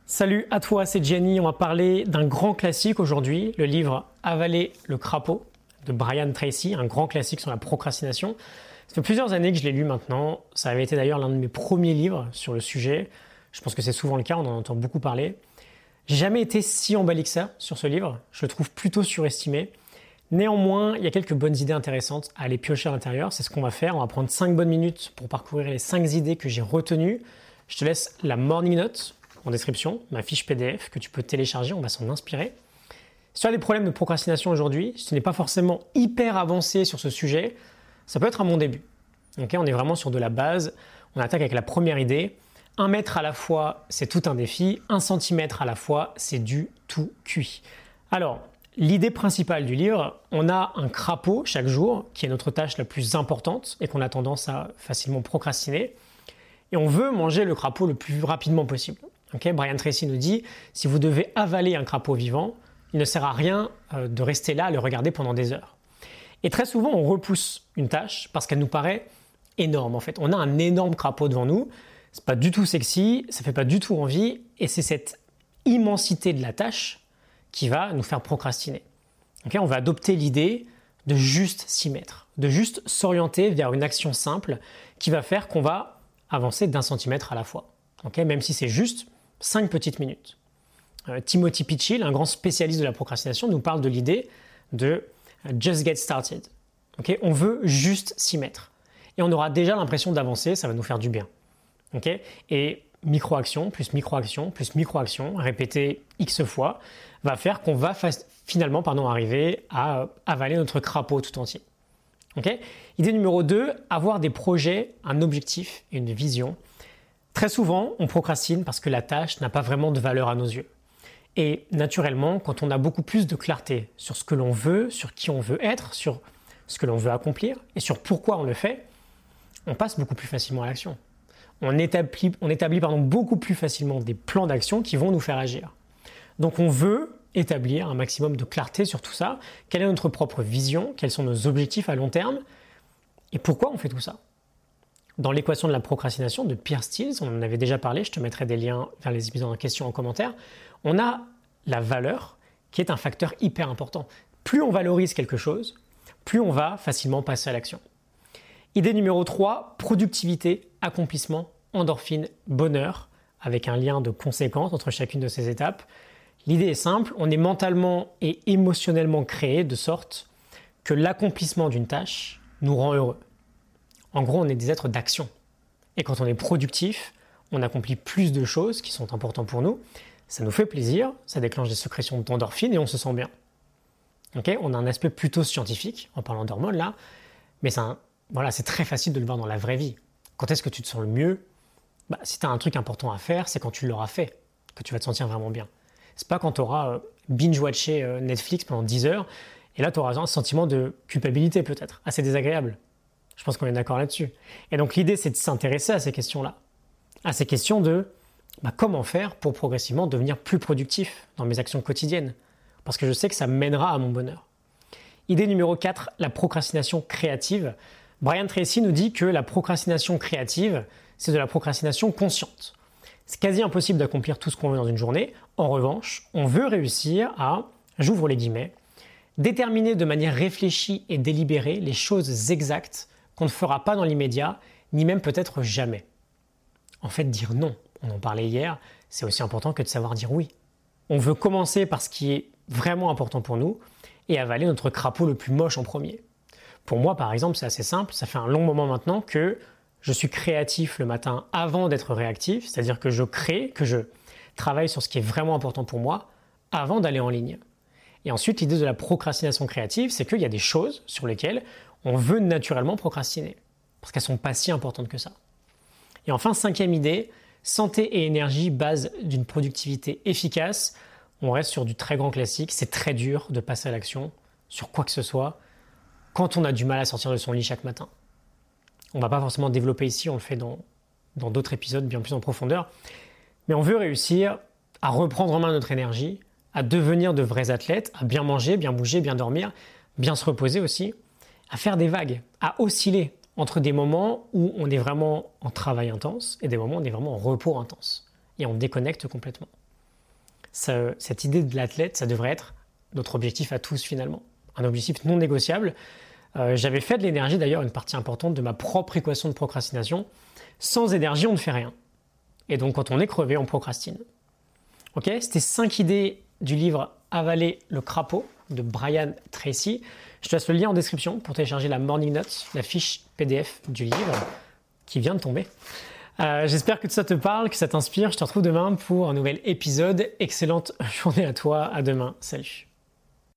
Salut à toi, c'est Gianni. On va parler d'un grand classique aujourd'hui, le livre Avaler le crapaud de Brian Tracy, un grand classique sur la procrastination. Ça fait plusieurs années que je l'ai lu maintenant. Ça avait été d'ailleurs l'un de mes premiers livres sur le sujet. Je pense que c'est souvent le cas, on en entend beaucoup parler. J'ai jamais été si emballé que ça sur ce livre. Je le trouve plutôt surestimé. Néanmoins, il y a quelques bonnes idées intéressantes à aller piocher à l'intérieur. C'est ce qu'on va faire. On va prendre 5 bonnes minutes pour parcourir les 5 idées que j'ai retenues. Je te laisse la morning note en description, ma fiche PDF que tu peux télécharger, on va s'en inspirer. Si tu as des problèmes de procrastination aujourd'hui, si tu n'es pas forcément hyper avancé sur ce sujet, ça peut être un bon début. Okay, on est vraiment sur de la base, on attaque avec la première idée. 1 mètre à la fois, c'est tout un défi. 1 centimètre à la fois, c'est du tout cuit. Alors, l'idée principale du livre, on a un crapaud chaque jour, qui est notre tâche la plus importante et qu'on a tendance à facilement procrastiner. Et on veut manger le crapaud le plus rapidement possible. Okay, Brian Tracy nous dit, si vous devez avaler un crapaud vivant, il ne sert à rien de rester là à le regarder pendant des heures. Et très souvent, on repousse une tâche parce qu'elle nous paraît énorme. En fait, on a un énorme crapaud devant nous, c'est pas du tout sexy, ça fait pas du tout envie, et c'est cette immensité de la tâche qui va nous faire procrastiner. Okay, on va adopter l'idée de juste s'y mettre, de juste s'orienter vers une action simple qui va faire qu'on va avancer d'1 centimètre à la fois. Okay, même si c'est juste 5 petites minutes. Timothy Pitchill, un grand spécialiste de la procrastination, nous parle de l'idée de just get started. Okay, on veut juste s'y mettre. Et on aura déjà l'impression d'avancer, ça va nous faire du bien. Okay, et micro-action, plus micro-action, plus micro-action, répétée X fois, va faire qu'on va finalement arriver à avaler notre crapaud tout entier. Okay, idée numéro 2, avoir des projets, un objectif et une vision. Très souvent, on procrastine parce que la tâche n'a pas vraiment de valeur à nos yeux. Et naturellement, quand on a beaucoup plus de clarté sur ce que l'on veut, sur qui on veut être, sur ce que l'on veut accomplir et sur pourquoi on le fait, on passe beaucoup plus facilement à l'action. On établit beaucoup plus facilement des plans d'action qui vont nous faire agir. Donc on veut établir un maximum de clarté sur tout ça. Quelle est notre propre vision? Quels sont nos objectifs à long terme? Et pourquoi on fait tout ça? Dans l'équation de la procrastination de Pierre Stills, on en avait déjà parlé, je te mettrai des liens vers les épisodes en question en commentaire, on a la valeur qui est un facteur hyper important. Plus on valorise quelque chose, plus on va facilement passer à l'action. Idée numéro 3, productivité, accomplissement, endorphine, bonheur, avec un lien de conséquence entre chacune de ces étapes. L'idée est simple, on est mentalement et émotionnellement créé de sorte que l'accomplissement d'une tâche nous rend heureux. En gros, on est des êtres d'action. Et quand on est productif, on accomplit plus de choses qui sont importantes pour nous. Ça nous fait plaisir, ça déclenche des sécrétions d'endorphines et on se sent bien. Okay, on a un aspect plutôt scientifique en parlant d'hormones là, mais c'est très facile de le voir dans la vraie vie. Quand est-ce que tu te sens le mieux? Si tu as un truc important à faire, c'est quand tu l'auras fait, que tu vas te sentir vraiment bien. C'est pas quand tu auras binge-watché Netflix pendant 10 heures et là tu auras un sentiment de culpabilité peut-être, assez désagréable. Je pense qu'on est d'accord là-dessus. Et donc l'idée, c'est de s'intéresser à ces questions-là. À ces questions de comment faire pour progressivement devenir plus productif dans mes actions quotidiennes. Parce que je sais que ça mènera à mon bonheur. Idée numéro 4, la procrastination créative. Brian Tracy nous dit que la procrastination créative, c'est de la procrastination consciente. C'est quasi impossible d'accomplir tout ce qu'on veut dans une journée. En revanche, on veut réussir à, j'ouvre les guillemets, déterminer de manière réfléchie et délibérée les choses exactes qu'on ne fera pas dans l'immédiat, ni même peut-être jamais. En fait, dire non, on en parlait hier, c'est aussi important que de savoir dire oui. On veut commencer par ce qui est vraiment important pour nous et avaler notre crapaud le plus moche en premier. Pour moi, par exemple, c'est assez simple, ça fait un long moment maintenant que je suis créatif le matin avant d'être réactif, c'est-à-dire que je crée, que je travaille sur ce qui est vraiment important pour moi avant d'aller en ligne. Et ensuite, l'idée de la procrastination créative, c'est qu'il y a des choses sur lesquelles on veut naturellement procrastiner, parce qu'elles ne sont pas si importantes que ça. Et enfin, 5e idée, santé et énergie, base d'une productivité efficace. On reste sur du très grand classique, c'est très dur de passer à l'action sur quoi que ce soit quand on a du mal à sortir de son lit chaque matin. On ne va pas forcément développer ici, on le fait dans d'autres épisodes bien plus en profondeur, mais on veut réussir à reprendre en main notre énergie, à devenir de vrais athlètes, à bien manger, bien bouger, bien dormir, bien se reposer aussi, à faire des vagues, à osciller entre des moments où on est vraiment en travail intense et des moments où on est vraiment en repos intense. Et on déconnecte complètement. cette idée de l'athlète, ça devrait être notre objectif à tous finalement. Un objectif non négociable. J'avais fait de l'énergie d'ailleurs une partie importante de ma propre équation de procrastination. Sans énergie, on ne fait rien. Et donc quand on est crevé, on procrastine. Ok, c'était 5 idées du livre Avaler le crapaud de Brian Tracy. Je te laisse le lien en description pour télécharger la Morning Note, la fiche PDF du livre qui vient de tomber. J'espère que tout ça te parle, que ça t'inspire. Je te retrouve demain pour un nouvel épisode. Excellente journée à toi. À demain. Salut.